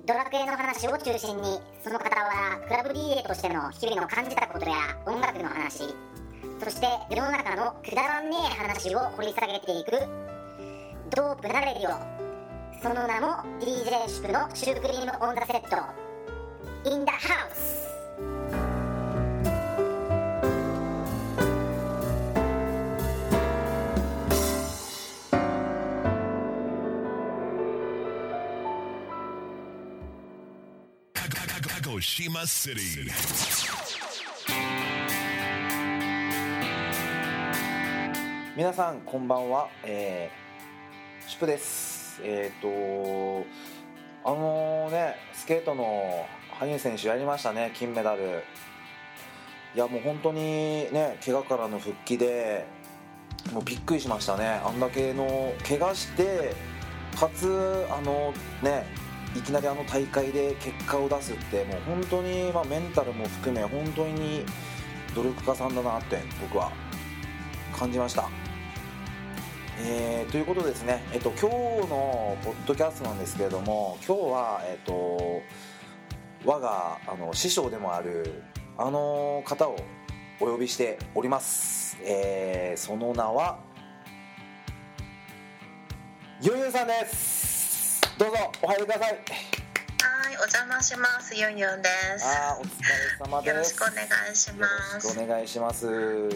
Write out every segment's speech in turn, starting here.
ドラクエの話を中心に、その傍らクラブ DA としての日々の感じたことや音楽の話、そして世の中のくだらねえ話を掘り下げていくドープなレディオ、その名も DJ シュプのシュークリームオンザセット In the House。 Kagoshima City。 皆さんこんばんは、シュプです。スケートの羽生選手やりましたね、金メダル。いやもう本当にね、怪我からの復帰でもうびっくりしましたね。あんだけの怪我してかついきなり大会で結果を出すって、もう本当に、メンタルも含め本当に努力家さんだなって僕は感じました。ということですね、今日のポッドキャストなんですけれども、今日は、我が師匠でもある方をお呼びしております。その名はユンユンさんです。どうぞお入りください。 はい、お邪魔します。ユンユンです。 お疲れ様です。 よろしくお願いします。 よろしくお願いします。 はい。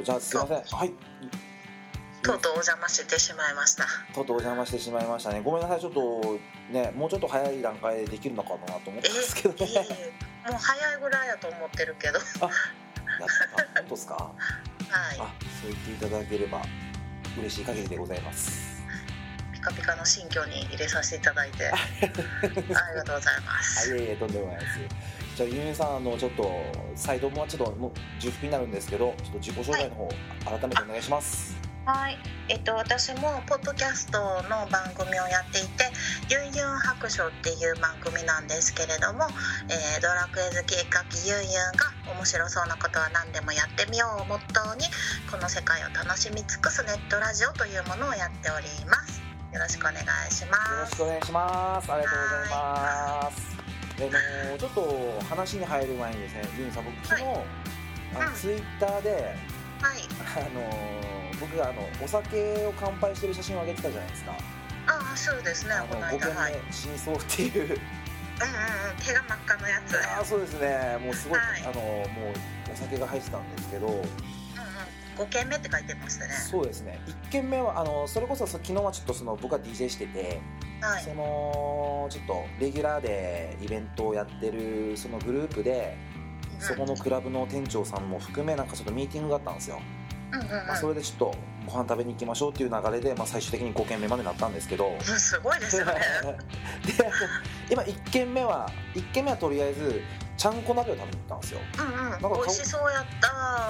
じゃあすいません。はい。 とうとうお邪魔してしまいました。 とうとうお邪魔してしまいましたね。ごめんなさい。ちょっとね、もうちょっと早い段階でできるのかなと思ったんですけどね。 もう早いぐらいやと思ってるけど。 本当ですか。 はい。 そう言っていただければ嬉しい限りでございます。 ピカピカの新居に入れさせていただいてありがとうございます。 いえいえ、とんでもないです。じゃあユンユンさんちょっとサイドもちょっともう重複になるんですけど、ちょっと自己紹介の方、改めてお願いします。 はい、私もポッドキャストの番組をやっていて、ユンユン白書っていう番組なんですけれども、ドラクエ好き絵描きユンユンが面白そうなことは何でもやってみようをモットーに、この世界を楽しみ尽くすネットラジオというものをやっております。よろしくお願いします。 よろしくお願いします。ありがとうございます。ちょっと話に入る前にですね、ユンユンさん、僕昨日、ツイッターで、 はい、 僕がお酒を乾杯してる写真を上げてたじゃないですか。 そうですね。この間、 5件目真相っていう、 手が真っ赤のやつ。 そうですね。もうすごい、もうお酒が入ってたんですけど、 5件目って書いてましたね。 そうですね。1件目はそれこそ昨日はちょっと僕が DJ してて、ちょっとレギュラーでイベントをやってるそのグループで、そこのクラブの店長さんも含めちょっとミーティングがあったんですよ。それでちょっとご飯食べに行きましょうっていう流れで、最終的に5軒目までなったんですけど、 すごいですよね。 で今1軒目はとりあえずちゃんこ鍋を食べに行ったんですよ。 美味しそうやった。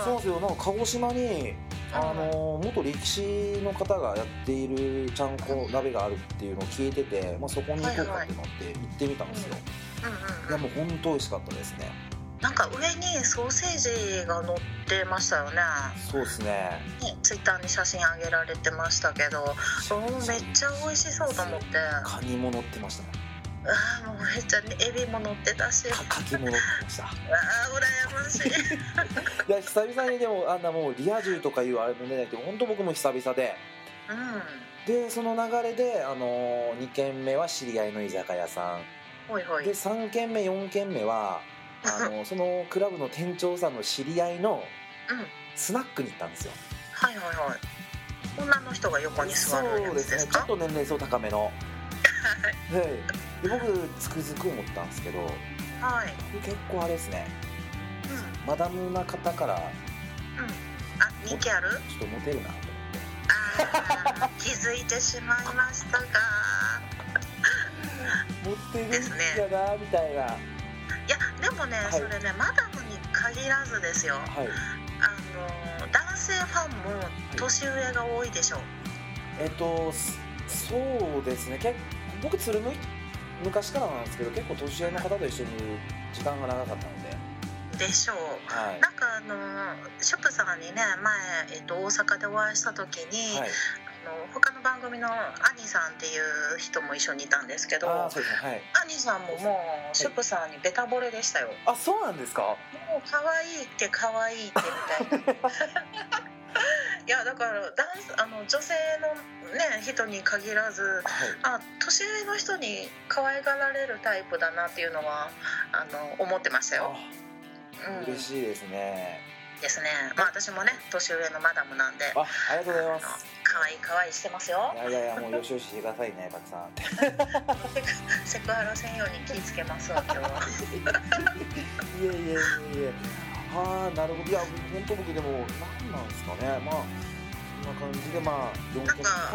そうですよ。なんか鹿児島に元力士の方がやっているちゃんこ鍋があるっていうのを聞いてて、そこに行こうかってなって行ってみたんですよ。いやもう本当美味しかったですね。 なんか上にソーセージが乗ってましたよね。 そうですね。 ツイッターに写真上げられてましたけど、めっちゃ美味しそうと思って。 カニも乗ってましたね。 もうめっちゃエビも乗ってたし、 カキも乗ってました。 羨ましい。 いや久々にでももうリア充とかいうあれも出ないけど、本当僕も久々で、でその流れで2軒目は知り合いの居酒屋さんで、3軒目4軒目はそのクラブの店長さんの知り合いのスナックに行ったんですよ。女の人が横に座るやつですか？ ちょっと年齢層高めの。で僕つくづく思ったんですけど、結構あれですね、マダムな方から人気ある？ ちょっとモテるなと思って。 気づいてしまいましたか。 モテるんだなみたいな。 いやでもね、それね、マダムに限らずですよ。男性ファンも年上が多いでしょう。 そうですね。僕つるむ昔からなんですけど、結構年上の方と一緒に時間が長かったので。 でしょう。なんかショップさんにね、前、大阪でお会いした時に、 他の番組のアニさんっていう人も一緒にいたんですけど、 そうですね、はい、 アニさんももうシュプさんにベタ惚れでしたよ。 あ、そうなんですか。 もう可愛いって可愛いってみたいな。いやだから女性の、ね、人に限らず、はい、年上の人に可愛がられるタイプだなっていうのは思ってましたよ。 嬉しいですね。 ですね。私もね年上のマダムなんで、 ありがとうございます。 可愛いしてますよ。 いやもうよしよししてくださいね、バクさん。 セクハラせんように気ぃつけますわ今日は。 いえ。なるほど。いや本当僕でも何なんですかね。そんな感じで4個、はい、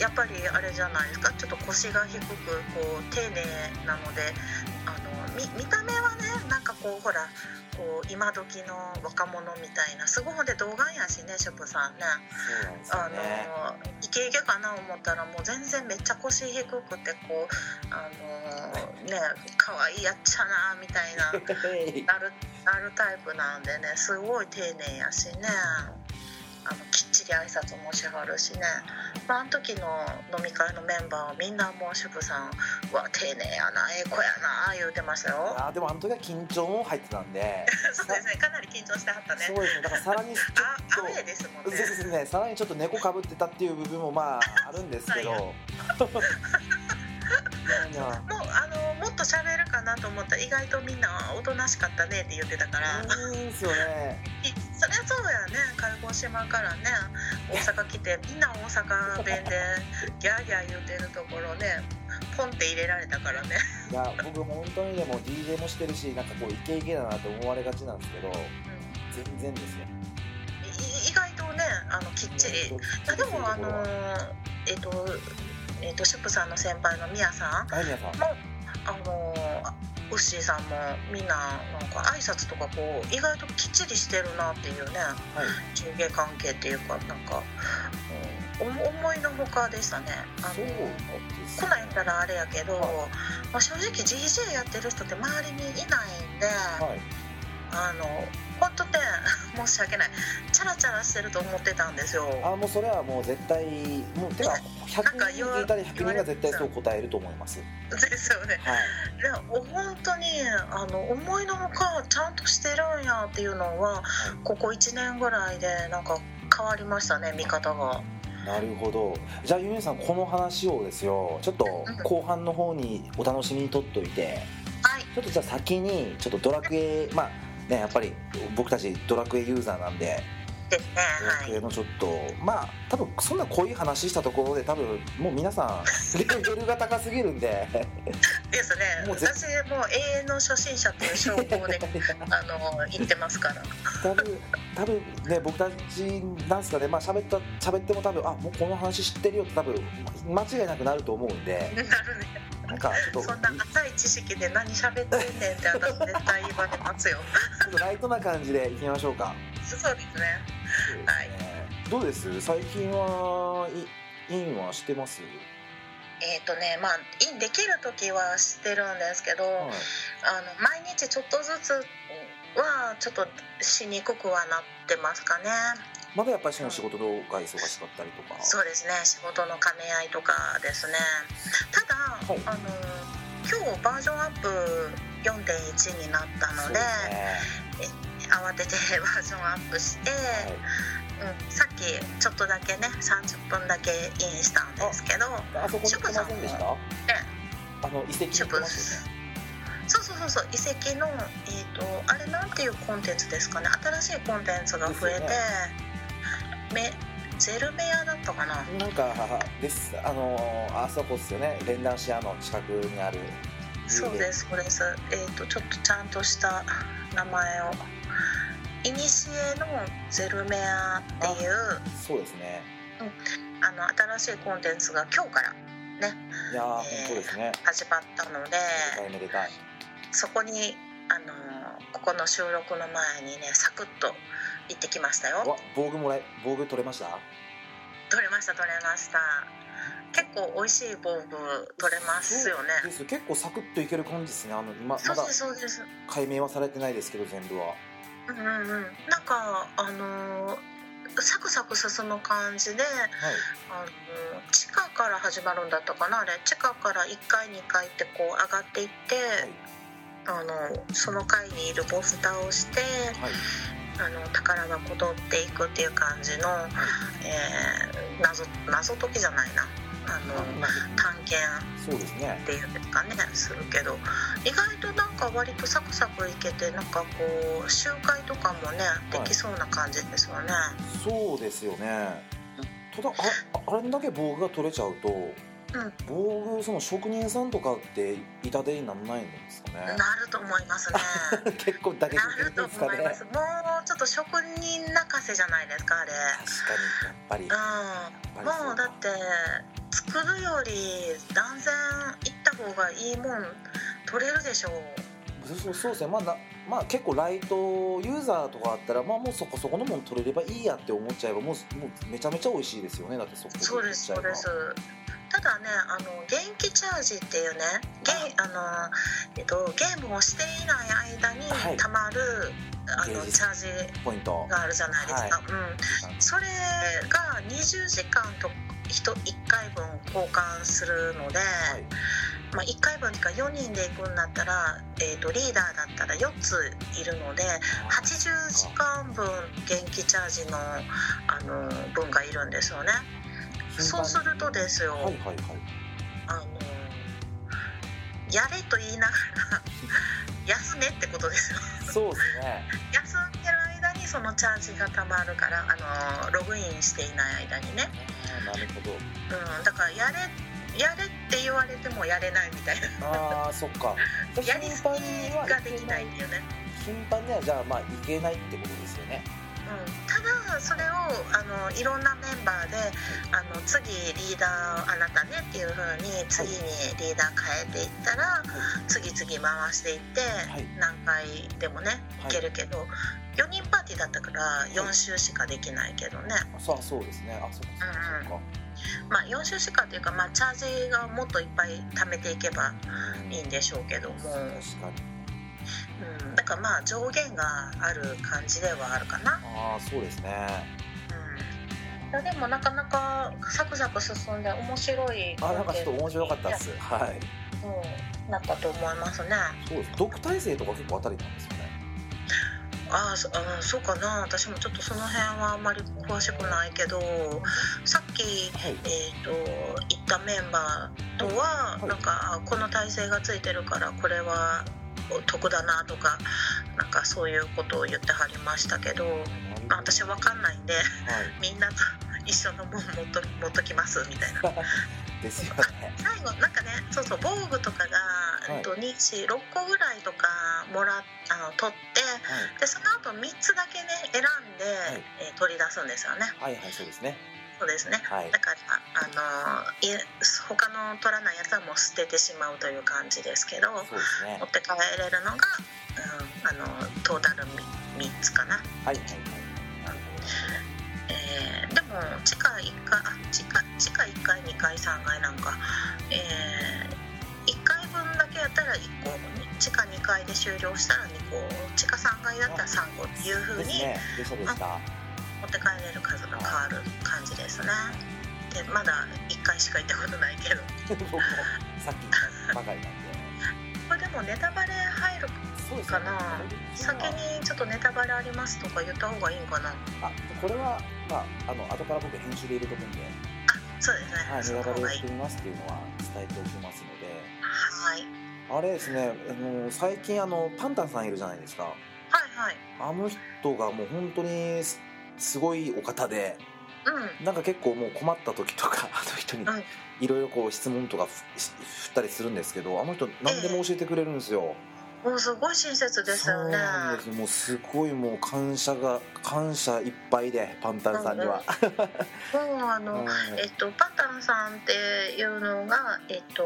やっぱりあれじゃないですか。ちょっと腰が低くこう丁寧なので見た目はねなんかこうほらこう今時の若者みたいなすごいほんで童顔やしねシュプさんね。 そうなんですよね。 イケイケかな思ったらもう全然めっちゃ腰低くてこうね可愛いやっちゃなみたいななるタイプなんでねすごい丁寧やしね。きっちり挨拶もしはるしね。あの時の飲み会のメンバーはみんなもうシュプさんは丁寧やなええ子やな言うてましたよ。 でもあの時は緊張も入ってたんでそうですねかなり緊張してはったね。 そうですね。だからさらにちょっとアウェーですもんね。 そうですね。さらにちょっと猫かぶってたっていう部分もあるんですけどもうもっと喋るかなと思ったら意外とみんなおとなしかったねって言ってたからですよね。 そりゃそうやね。鹿児島からね大阪来てみんな大阪弁でギャーギャー言うてるところねポンって入れられたからね。 いや僕本当にでも DJ もしてるしなんかこうイケイケだなと思われがちなんですけど、全然ですよ。 意外とねきっちり。でもシュプさんの先輩のミヤさんもウッシーさんもみんななんか挨拶とかこう意外ときっちりしてるなっていうね、中継関係っていうかなんか、思いのほかでしたね。こないったらあれやけど、正直 DJ やってる人って周りにいないんで、本当ね申し訳ないチャラチャラしてると思ってたんですよ。 もうそれはもう絶対もうてか100人いたら100人が絶対そう答えると思います。 ですよね。本当に思いのほかちゃんとしてるんやっていうのは、ここ1年ぐらいでなんか変わりましたね見方が。 なるほど。じゃあユンさんこの話をですよちょっと後半の方にお楽しみにとっといて、ちょっとじゃあ先にちょっとドラクエやっぱり僕たちドラクエユーザーなんで、ドラクエのちょっと多分そんな濃い話したところで多分もう皆さんレベルが高すぎるんでですね。私もう永遠の初心者という称号で言ってますから多分ね僕たちなんすかね喋っても多分もうこの話知ってるよって多分間違いなくなると思うんでなるね。 なんかちょっとそんな浅い知識で何喋ってんねんって私絶対言われますよ。 ちょっとライトな感じでいきましょうか。 そうですね。はい。 どうです？最近はインはしてます？ インできる時はしてるんですけど、毎日ちょっとずつはちょっとしにくくはなってますかね。 まだやっぱりその仕事が忙しかったりとか。 そうですね。仕事の兼ね合いとかですね。ただ、今日バージョンアップ 4.1 になったので、慌ててバージョンアップして、さっきちょっとだけね30分だけインしたんですけど、 そこに来ませんでした？遺跡に来ましたね。 そう遺跡のあれなんていうコンテンツですかね。新しいコンテンツが増えて、ゼルメアだったかな。 なんかですあそこですよね。レンダンシアの近くにある。 そうです。ちょっとちゃんとした名前を。イニシエのゼルメアっていう。 そうですね。 新しいコンテンツが今日からね。 いや本当ですね。 始まったので。 めでたい。 そこにここの収録の前にねサクッと行ってきましたよ。 防具取れました？ 取れました。結構美味しい防具取れますよね。 です。結構サクッといける感じですね。まだ解明はされてないですけど全部は。 なんかサクサク進む感じで、地下から始まるんだったかな。あれ地下から1階2階ってこう上がっていって、その階にいるボス倒して、宝箱取っていくっていう感じの、謎解きじゃないな、探検っていうんですかね、するけど、意外となんか割とサクサクいけて、なんかこう周回とかもね、できそうな感じですよね。 そうですよね。ただあれだけ防具が取れちゃうと、防具その職人さんとかって痛手にならないんですかね。 なると思いますね。 結構打撃なると思います。もうちょっと職人泣かせじゃないですか、あれ。 確かにやっぱり。 もうだって作るより断然行った方がいいもん取れるでしょう。 そうですね。まあ結構ライトユーザーとかあったら、もうそこそこのもの取れればいいやって思っちゃえば、もうめちゃめちゃ美味しいですよね。だってそうです。ただね、元気チャージっていうね、ゲームをしていない間にたまる、チャージポイントがあるじゃないですか。それが20時間と1回分交換するので、1回分というか4人で行くんだったら、リーダーだったら4ついるので80時間分元気チャージの、分がいるんですよね。そうするとですよ、やれと言いながら休めってことですよ。 そうですね。 休んでる間にそのチャージがたまるから、ログインしていない間にね。 なるほど。 だからやれって言われてもやれないみたいな。そっか。やりすぎができないっていうね。 頻繁にはじゃあいけないってことですよね。 ただそれをいろんなメンバーで次リーダーあなたねっていう風に次にリーダー変えていったら、次々回していって、何回でもねいけるけど、4人パーティーだったから4周しかできないけどね。 そうですね。そうか。 4周しかっていうか、チャージがもっといっぱい貯めていけばいいんでしょうけども。確かに。だから上限がある感じではあるかな。 そうですね。 でもなかなかサクサク進んで面白い。 なんかちょっと面白かったです。 なったと思いますね。 そうです。毒耐性とか結構当たりなんですよね。 そうかな。私もちょっとその辺はあんまり詳しくないけど、さっき、言ったメンバーとは、なんかこの耐性がついてるからこれは得だなとか、なんかそういうことを言ってはりましたけど、私は分かんないんで、みんなと一緒のもん持っときますみたいな。 ですよね。 最後なんかね、防具とかが、6個ぐらいとか取って、でその後3つだけね選んで、取り出すんですよね。 そうですね。 そうですね。だから他の取らないやつはもう捨ててしまうという感じですけど、持って帰れるのが、トータル3つかな。でも地下1階2階3階なんか、1階分だけやったら1個、地下2階で終了したら2個、地下3階だったら3個っていう風に持って帰れる数が変わる感じですね。でまだ1回しか行ったことないけど僕もさっき言ったばかりなんで。 これでもネタバレ入るかな。先にちょっとネタバレありますとか言った方がいいんかな。 これは後から僕編集で入れとくんで。 そうですね。 ネタバレをしてみますっていうのは伝えておきますので。 あれですね、最近パンタンさんいるじゃないですか。あの人がもう本当にすごいお方で、なんか結構もう困った時とかあの人にいろいろ質問とか振ったりするんですけど、あの人何でも教えてくれるんですよ。 もうすごい親切ですよね。 そうなんです。もうすごいもう感謝いっぱいで、パンタンさんには。 もうパンタンさんっていうのがハ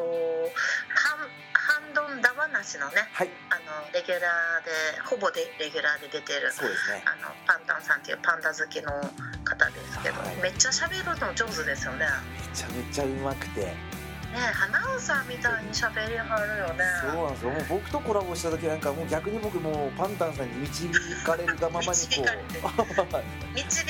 ンドンダ話のね、レギュラーでほぼレギュラーで出てる、パンタンさんっていうパンダ好きの方ですけど、めっちゃ喋るの上手ですよね。 めちゃめちゃうまくて。 アナウンサーみたいに喋りはるよね。 そうなんですよ。もう僕とコラボした時なんかもう逆に僕もうパンタンさんに導かれるがままに導かれ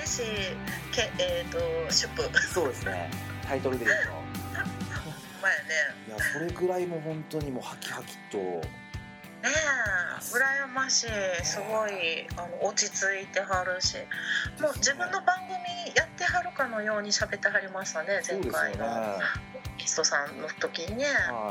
しシュプそうですね、タイトルで言うと前ね。 いやそれぐらいもう本当にもうハキハキとねえ、羨ましい。すごい落ち着いてはるし、もう自分の番組やってはるかのように喋ってはりましたね、前回のゲストさんの時にね。はい、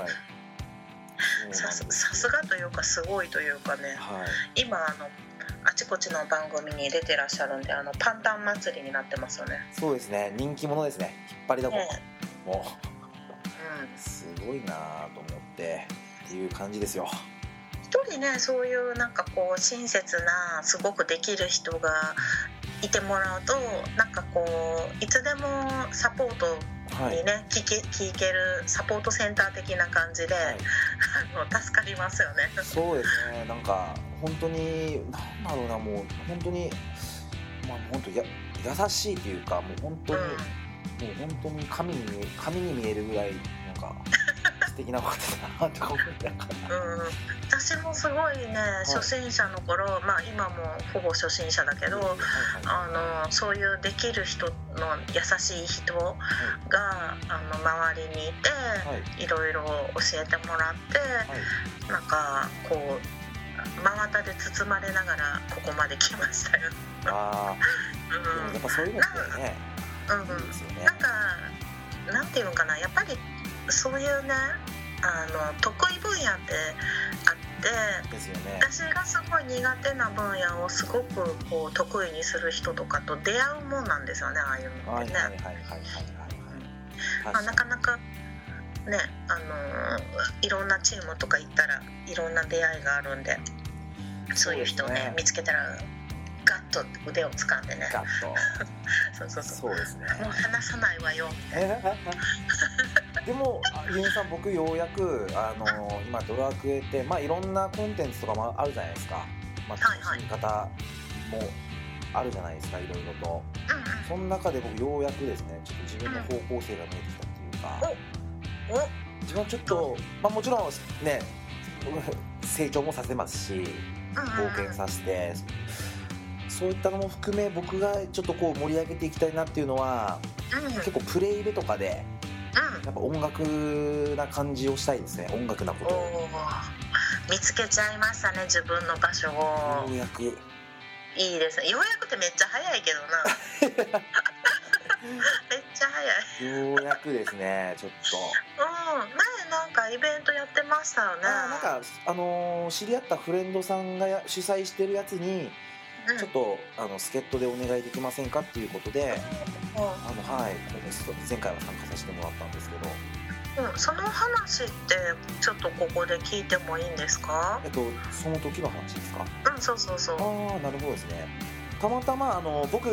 さすがというかすごいというかね、はい、今あちこちの番組に出てらっしゃるんで、パンタン祭りになってますよね。 そうですね、人気者ですね、引っ張りだこ、もう、すごいなと思ってっていう感じですよ。 一人ね、そういうなんかこう親切なすごくできる人がいてもらうと、なんかこういつでもサポートにね、はい、聞けるサポートセンター的な感じで、はい、助かりますよね。 そうですね、なんか本当になんだろうな、もう本当に本当優しいというか、もう本当に、もう本当に神に見えるぐらいなんか素敵なことだなとか思って私もすごいね、初心者の頃、今もほぼ初心者だけど、そういうできる人の優しい人が、周りにいて、いろいろ教えてもらって、なんかこう真綿で包まれながらここまで来ましたよ。 やっぱそういうのってね、いいですよね。 なんかなんていうのかな、やっぱりそういうね、得意分野ってあってですよね、 私がすごい苦手な分野をすごくこう得意にする人とかと出会うもんなんですよね、ああいうのってね。なかなかね、いろんなチームとか行ったらいろんな出会いがあるんで、そういう人をね、見つけたらガッと腕を掴んでね、 ガッとそうですね、 もう離さないわよみたいな。 でもゆうさん、僕ようやく今ドラクエっていろんなコンテンツとかもあるじゃないですか、楽しみ方もあるじゃないですか、いろいろと。その中で僕ようやくですね、ちょっと自分の方向性が見えてきたっていうか、自分はちょっと、もちろんね成長もさせますし、冒険させて、そういったのも含め僕がちょっとこう盛り上げていきたいなっていうのは、結構プレイベとかでやっぱ音楽な感じをしたいですね。音楽なことを見つけちゃいましたね、自分の場所を。 ようやくいいですね。ようやくってめっちゃ早いけどな。めっちゃ早い。ようやくですね、ちょっと。 前なんかイベントやってましたよね。 なんか知り合ったフレンドさんが主催してるやつに、ちょっと助っ人でお願いできませんかっていうことで、前回は参加させてもらったんですけど、 その話ってちょっとここで聞いてもいいんですか？ その時の話ですか？ そう。 なるほどですね。たまたま僕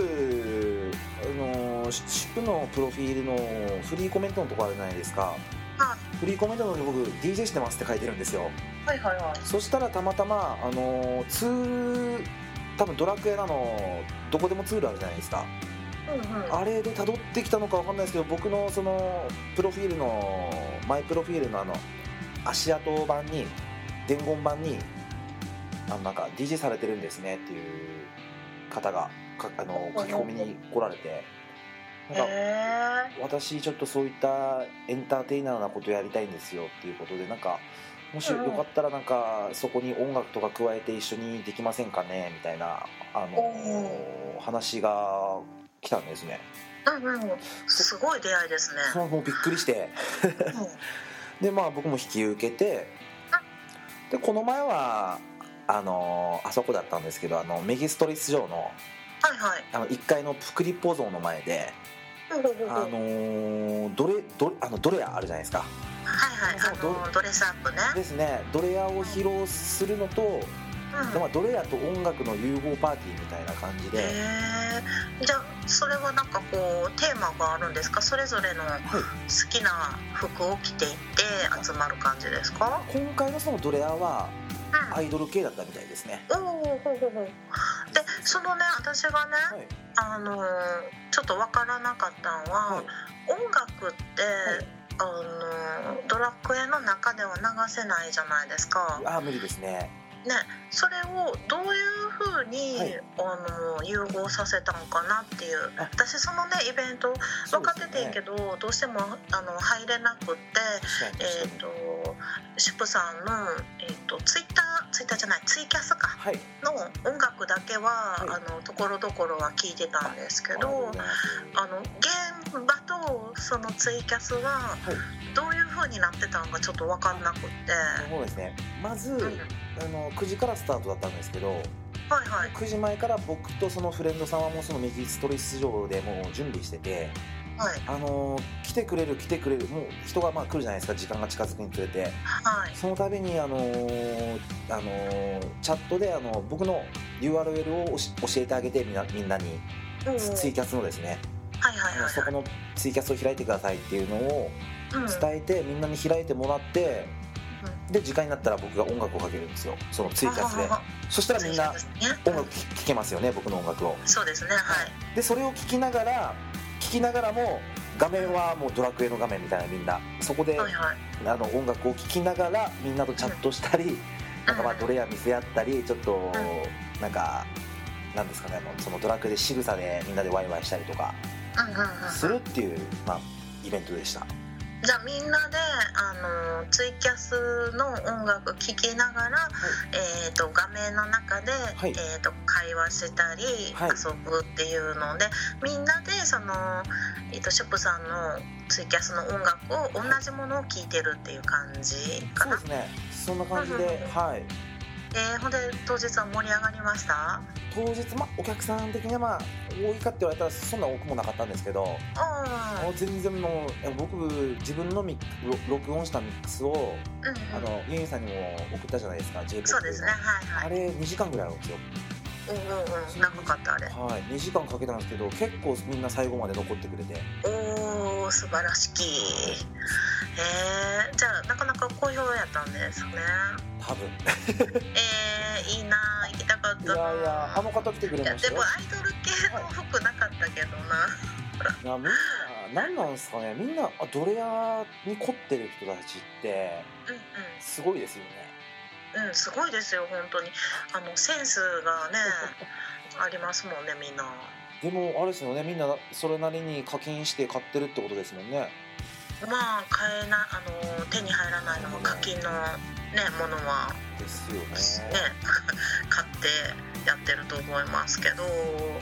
シップのプロフィールのフリーコメントのところあるじゃないですか。フリーコメントのところに僕 DJ してますって書いてるんですよ。そしたらたまたまツール、多分ドラクエどこでもツールあるじゃないですか。あれで辿ってきたのかわかんないですけど、僕のそのプロフィールのマイプロフィールの足跡版に、伝言版になんか DJ されてるんですねっていう方が書き込みに来られて、なんか私ちょっとそういったエンターテイナーなことやりたいんですよっていうことで、なんかもしよかったらなんかそこに音楽とか加えて一緒にできませんかねみたいな話が来たんですね。 すごい出会いですね。 もうびっくりしてで僕も引き受けて、でこの前はあそこだったんですけど、メギストリス城の1階のプクリポ像の前で、ドレアあるじゃないですか。 ドレスアップね。 ですね。ドレアを披露するのと、ドレアと音楽の融合パーティーみたいな感じで。 じゃあそれはなんかこうテーマがあるんですか？それぞれの好きな服を着ていって集まる感じですか？ 今回のそのドレアはアイドル系だったみたいですね。 でそのね、私がね、ちょっとわからなかったのは、音楽って、ドラクエの中では流せないじゃないですか。 無理ですね。 ね、それをどういうふうに、 はい、 融合させたのかなっていう。私そのねイベント分かっててんけど、ね、どうしても入れなくって、シュプさんの、ツイッターじゃないツイキャスか、はい、の音楽だけは、はい、ところどころは聞いてたんですけど、現場とそのツイキャスはどういう風になってたのかちょっと分かんなくって。 そうですね、まず、9時からスタートだったんですけど、はいはい、9時前から僕とそのフレンドさんはもうそのメキストリ出場でもう準備してて、はい、来てくれるもう人が来るじゃないですか、時間が近づくにつれて、はい、その度にチャットで僕の URL を教えてあげてみんなに、ツイキャスのですね、はいはいはいはい、そこのツイキャスを開いてくださいっていうのを伝えて、みんなに開いてもらって、で時間になったら僕が音楽をかけるんですよ、そのツイキャスで。そしたらみんな音楽聴けますよね、僕の音楽を。 そうですね、はい。 でそれを聴きながらも画面はもうドラクエの画面みたいな、みんなそこで、はいはい、音楽を聴きながらみんなとチャットしたり、なんかドレア見せ合ったり、ちょっとなんかなんですかね、そのドラクエで仕草でみんなでワイワイしたりとかするっていう、イベントでした。 じゃあみんなでツイキャスの音楽聴きながら、はい、画面の中で、はい、会話したり、はい、遊ぶっていうので、みんなでその、シュプさんのツイキャスの音楽を同じものを聴いてるっていう感じかな。 そうですね、そんな感じで、はい。 ほんで当日は盛り上がりました？ 当日、お客さん的には多いかって言われたらそんな多くもなかったんですけど、全然もう僕自分の録音したミックスを、ユンユンさんにも送ったじゃないですか、J-POP の。 そうですね、はいはい。 あれ2時間ぐらいあるんですよ。 長かったあれ。 はい、2時間かけたんですけど、結構みんな最後まで残ってくれて。 おー、素晴らしき。じゃあなかなか好評やったんですね。 多分。 いいな、行きたかったな。 いや方来てくれましたよ。 でもアイドル系の服なかったけどな。 いや、みんな何なんですかね、みんなドレアに凝ってる人たちってすごいですよね。 すごいですよ、本当に。センスがねありますもんね、みんな。 でもあれですよね、みんなそれなりに課金して買ってるってことですもんね。 手に入らないのは課金のね、ものはですよね。 買ってやってると思いますけど。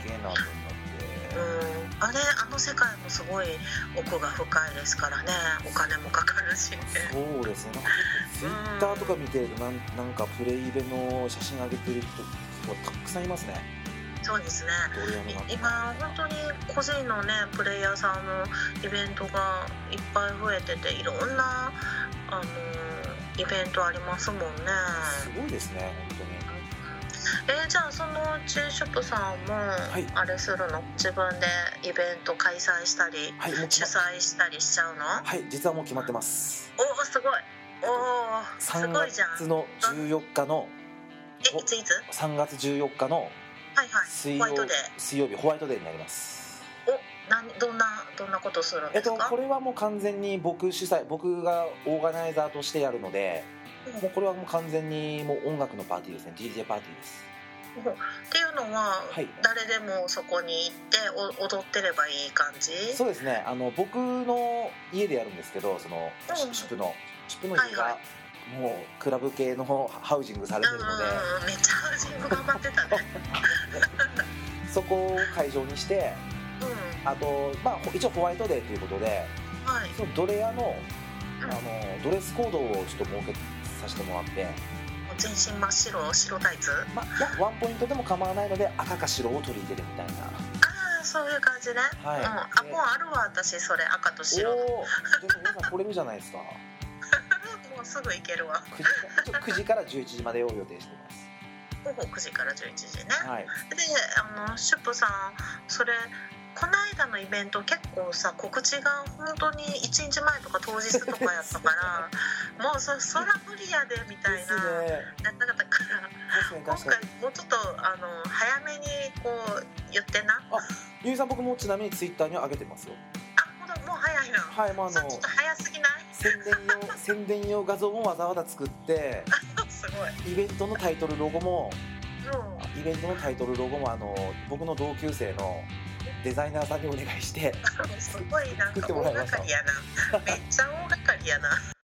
あの世界もすごい奥が深いですからね、お金もかかるしね。 そうですね、ツイッターとか見てるとなんかプレイベの写真上げてる人たくさんいますね。 そうですね、今本当に個人のねプレイヤーさんのイベントがいっぱい増えてて、いろんなイベントありますもんね。 すごいですね、本当に。 じゃあそのうちシュプさんもあれするの、自分でイベント開催したり、主催したりしちゃうの？ はい、実はもう決まってます。 おー、すごい。すごいじゃん。 3月の14日のいつ 3月14日の水曜日ホワイトデーになります。 どんなことするんですか？ これはもう完全に僕がオーガナイザーとしてやるので、もうこれはもう完全にもう音楽のパーティーですね、 DJ パーティーです。 っていうのは、誰でもそこに行って踊ってればいい感じ？ そうですね、僕の家でやるんですけど、そのシュプの家がもうクラブ系のハウジングされてるので、 めっちゃハウジング頑張ってたねそこを会場にして、あと一応ホワイトデーということで、そのドレアのドレスコードをちょっと設けさせてもらって、 全身真っ白タイツ、 ワンポイントでも構わないので赤か白を取り入れるみたいな。 そういう感じね。もうあるわ、私それ赤と白。 でも皆さんこれるじゃないですかもうすぐ行けるわ。 9時から11時までを予定してます。 午後9時から11時ね。でシュプさん、それこの間のイベント結構さ、告知が本当に1日前とか当日とかやったからもうそら無理やでみたいなやったかったから、今回もうちょっと早めにこう言ってな。 ゆいさん、僕もちなみにツイッターには上げてますよ。 もう早いな。 はい、 ちょっと早すぎない？ 宣伝用画像もわざわざ作ってすごいイベントのタイトルロゴも、僕の同級生のデザイナーさんにお願いしてすごいなんか大掛かりやなめっちゃ大掛かりやな